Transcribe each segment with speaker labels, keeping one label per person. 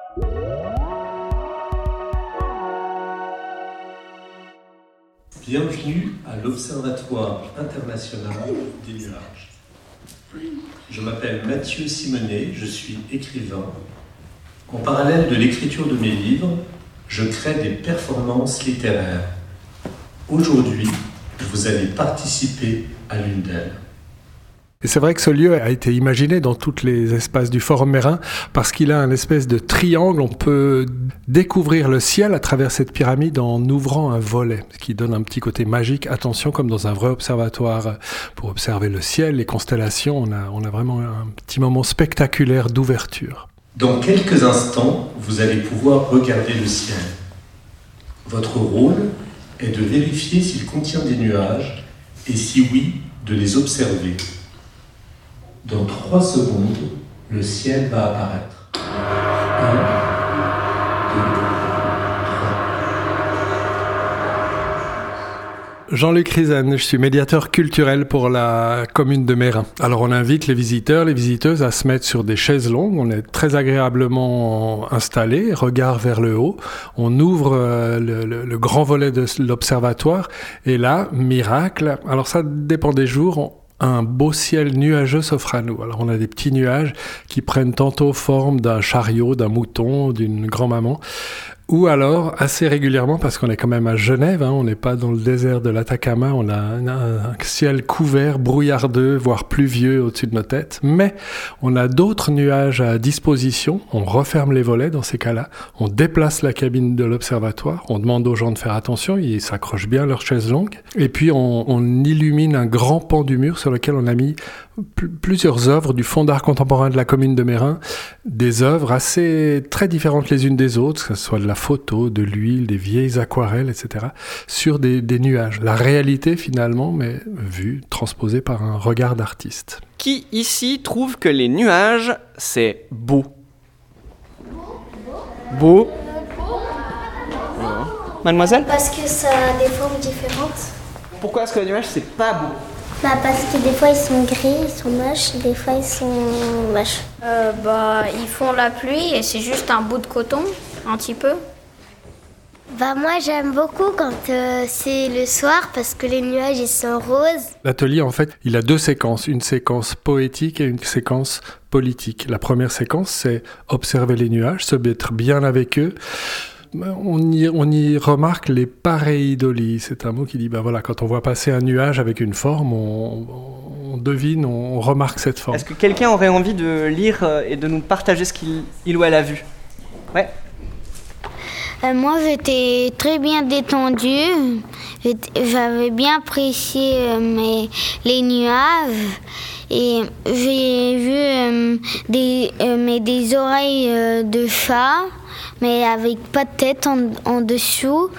Speaker 1: Bienvenue à l'Observatoire international des nuages. Je m'appelle Mathieu Simonet, je suis écrivain. En parallèle de l'écriture de mes livres, je crée des performances littéraires. Aujourd'hui, vous allez participer à l'une d'elles.
Speaker 2: Et c'est vrai que ce lieu a été imaginé dans tous les espaces du Forum Meyrin parce qu'il a un espèce de triangle. On peut découvrir le ciel à travers cette pyramide en ouvrant un volet, ce qui donne un petit côté magique. Attention, comme dans un vrai observatoire pour observer le ciel, les constellations, on a vraiment un petit moment spectaculaire d'ouverture.
Speaker 1: Dans quelques instants, vous allez pouvoir regarder le ciel. Votre rôle est de vérifier s'il contient des nuages et si oui, de les observer. Dans 3 secondes, le ciel va apparaître. 1, 2, 3.
Speaker 2: Jean-Luc Rizan, je suis médiateur culturel pour la commune de Meyrin. Alors on invite les visiteurs, les visiteuses à se mettre sur des chaises longues. On est très agréablement installés, regard vers le haut. On ouvre le grand volet de l'observatoire et là, miracle, alors ça dépend des jours, un beau ciel nuageux s'offre à nous. Alors on a des petits nuages qui prennent tantôt forme d'un chariot, d'un mouton, d'une grand-maman, ou alors assez régulièrement, parce qu'on est quand même à Genève, on n'est pas dans le désert de l'Atacama, on a un ciel couvert, brouillardeux, voire pluvieux au-dessus de nos têtes, mais on a d'autres nuages à disposition. On referme les volets dans ces cas-là, on déplace la cabine de l'observatoire, on demande aux gens de faire attention, ils s'accrochent bien à leurs chaises longues, et puis on illumine un grand pan du mur sur lequel on a mis plusieurs œuvres du Fonds d'art contemporain de la commune de Meyrin, des œuvres assez très différentes les unes des autres, que ce soit de la photo, de l'huile, des vieilles aquarelles, etc., sur des nuages. La réalité finalement, mais vue, transposée par un regard d'artiste.
Speaker 3: Qui ici trouve que les nuages, c'est beau? Beau. Mademoiselle?
Speaker 4: Parce que ça a des formes différentes.
Speaker 3: Pourquoi est-ce que les nuages, c'est pas beau?
Speaker 4: Parce que des fois ils sont gris, ils sont moches, et des fois ils sont moches.
Speaker 5: Ils font la pluie et c'est juste un bout de coton, un petit peu.
Speaker 4: Moi j'aime beaucoup quand c'est le soir parce que les nuages ils sont roses.
Speaker 2: L'atelier en fait, il a 2 séquences, une séquence poétique et une séquence politique. La première séquence, c'est observer les nuages, se mettre bien avec eux. On y remarque les pareidolies. C'est un mot qui dit, quand on voit passer un nuage avec une forme, on devine, on remarque cette forme.
Speaker 3: Est-ce que quelqu'un aurait envie de lire et de nous partager ce qu'il ou elle a vu? Ouais.
Speaker 4: Moi j'étais très bien détendue, j'avais bien apprécié les nuages et j'ai vu des oreilles de chat, mais avec pas de tête en dessous.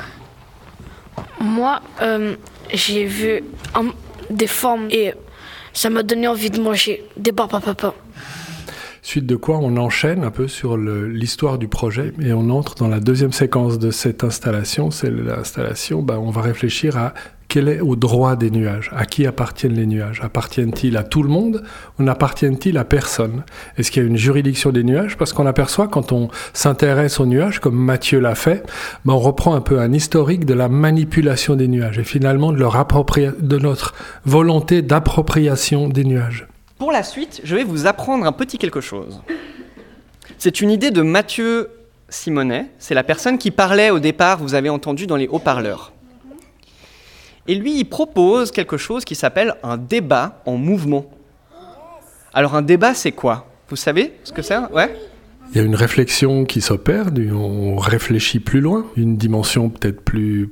Speaker 6: Moi, j'ai vu des formes et ça m'a donné envie de manger des papa.
Speaker 2: Suite de quoi on enchaîne un peu sur l'histoire du projet et on entre dans la deuxième séquence de cette installation. C'est l'installation, on va réfléchir à quel est au droit des nuages. À qui appartiennent les nuages? Appartiennent-ils à tout le monde ou n'appartiennent-ils à personne? Est-ce qu'il y a une juridiction des nuages? Parce qu'on aperçoit quand on s'intéresse aux nuages, comme Mathieu l'a fait, on reprend un peu un historique de la manipulation des nuages et finalement de notre volonté d'appropriation des nuages.
Speaker 3: Pour la suite, je vais vous apprendre un petit quelque chose. C'est une idée de Mathieu Simonet. C'est la personne qui parlait au départ, vous avez entendu dans les haut-parleurs. Et lui, il propose quelque chose qui s'appelle un débat en mouvement. Alors un débat, c'est quoi? Vous savez ce que c'est? Ouais.
Speaker 2: Il y a une réflexion qui s'opère, on réfléchit plus loin, une dimension peut-être plus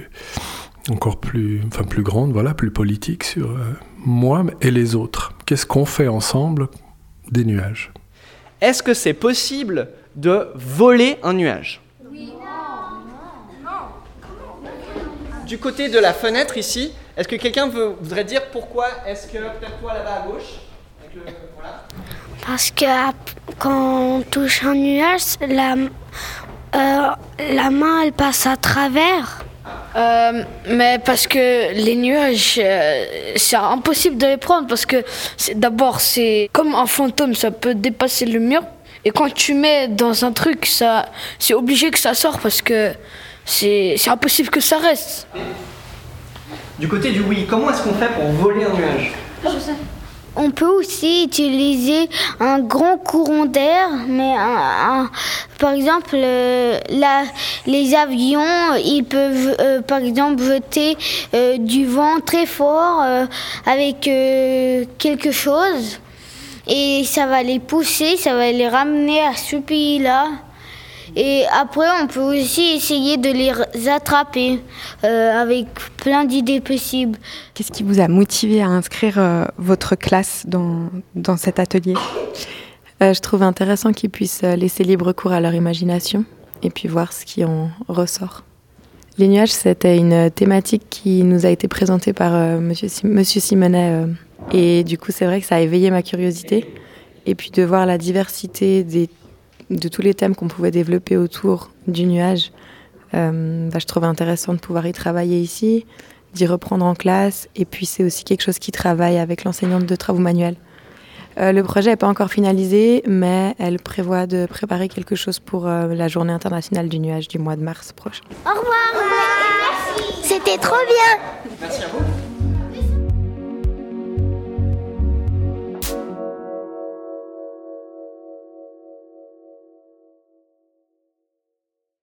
Speaker 2: grande, plus politique sur moi et les autres. Qu'est-ce qu'on fait ensemble des nuages?
Speaker 3: Est-ce que c'est possible de voler un nuage?
Speaker 5: Oui. Non.
Speaker 3: Du côté de la fenêtre ici, est-ce que quelqu'un voudrait dire pourquoi est-ce que, peut-être toi là-bas à gauche, voilà.
Speaker 4: Parce que quand on touche un nuage, la main elle passe à travers.
Speaker 6: Mais parce que les nuages, c'est impossible de les prendre parce que d'abord c'est comme un fantôme, ça peut dépasser le mur Et quand tu mets dans un truc, c'est obligé que ça sorte parce que c'est impossible que ça reste.
Speaker 3: Du côté du oui, comment est-ce qu'on fait pour voler un nuage?
Speaker 4: On peut aussi utiliser un grand courant d'air, mais par exemple, les avions, ils peuvent par exemple jeter du vent très fort avec quelque chose et ça va les pousser, ça va les ramener à ce pays-là. Et après, on peut aussi essayer de les attraper avec plein d'idées possibles.
Speaker 7: Qu'est-ce qui vous a motivé à inscrire votre classe dans cet atelier ? Je trouve intéressant qu'ils puissent laisser libre cours à leur imagination et puis voir ce qui en ressort. Les nuages, c'était une thématique qui nous a été présentée par Monsieur Simonet. Et du coup, c'est vrai que ça a éveillé ma curiosité. Et puis de voir la diversité de tous les thèmes qu'on pouvait développer autour du nuage, je trouvais intéressant de pouvoir y travailler ici, d'y reprendre en classe, et puis c'est aussi quelque chose qui travaille avec l'enseignante de travaux manuels. Le projet n'est pas encore finalisé, mais elle prévoit de préparer quelque chose pour la Journée internationale du nuage du mois de mars prochain.
Speaker 4: Au revoir. Merci. C'était trop bien.
Speaker 3: Merci à vous.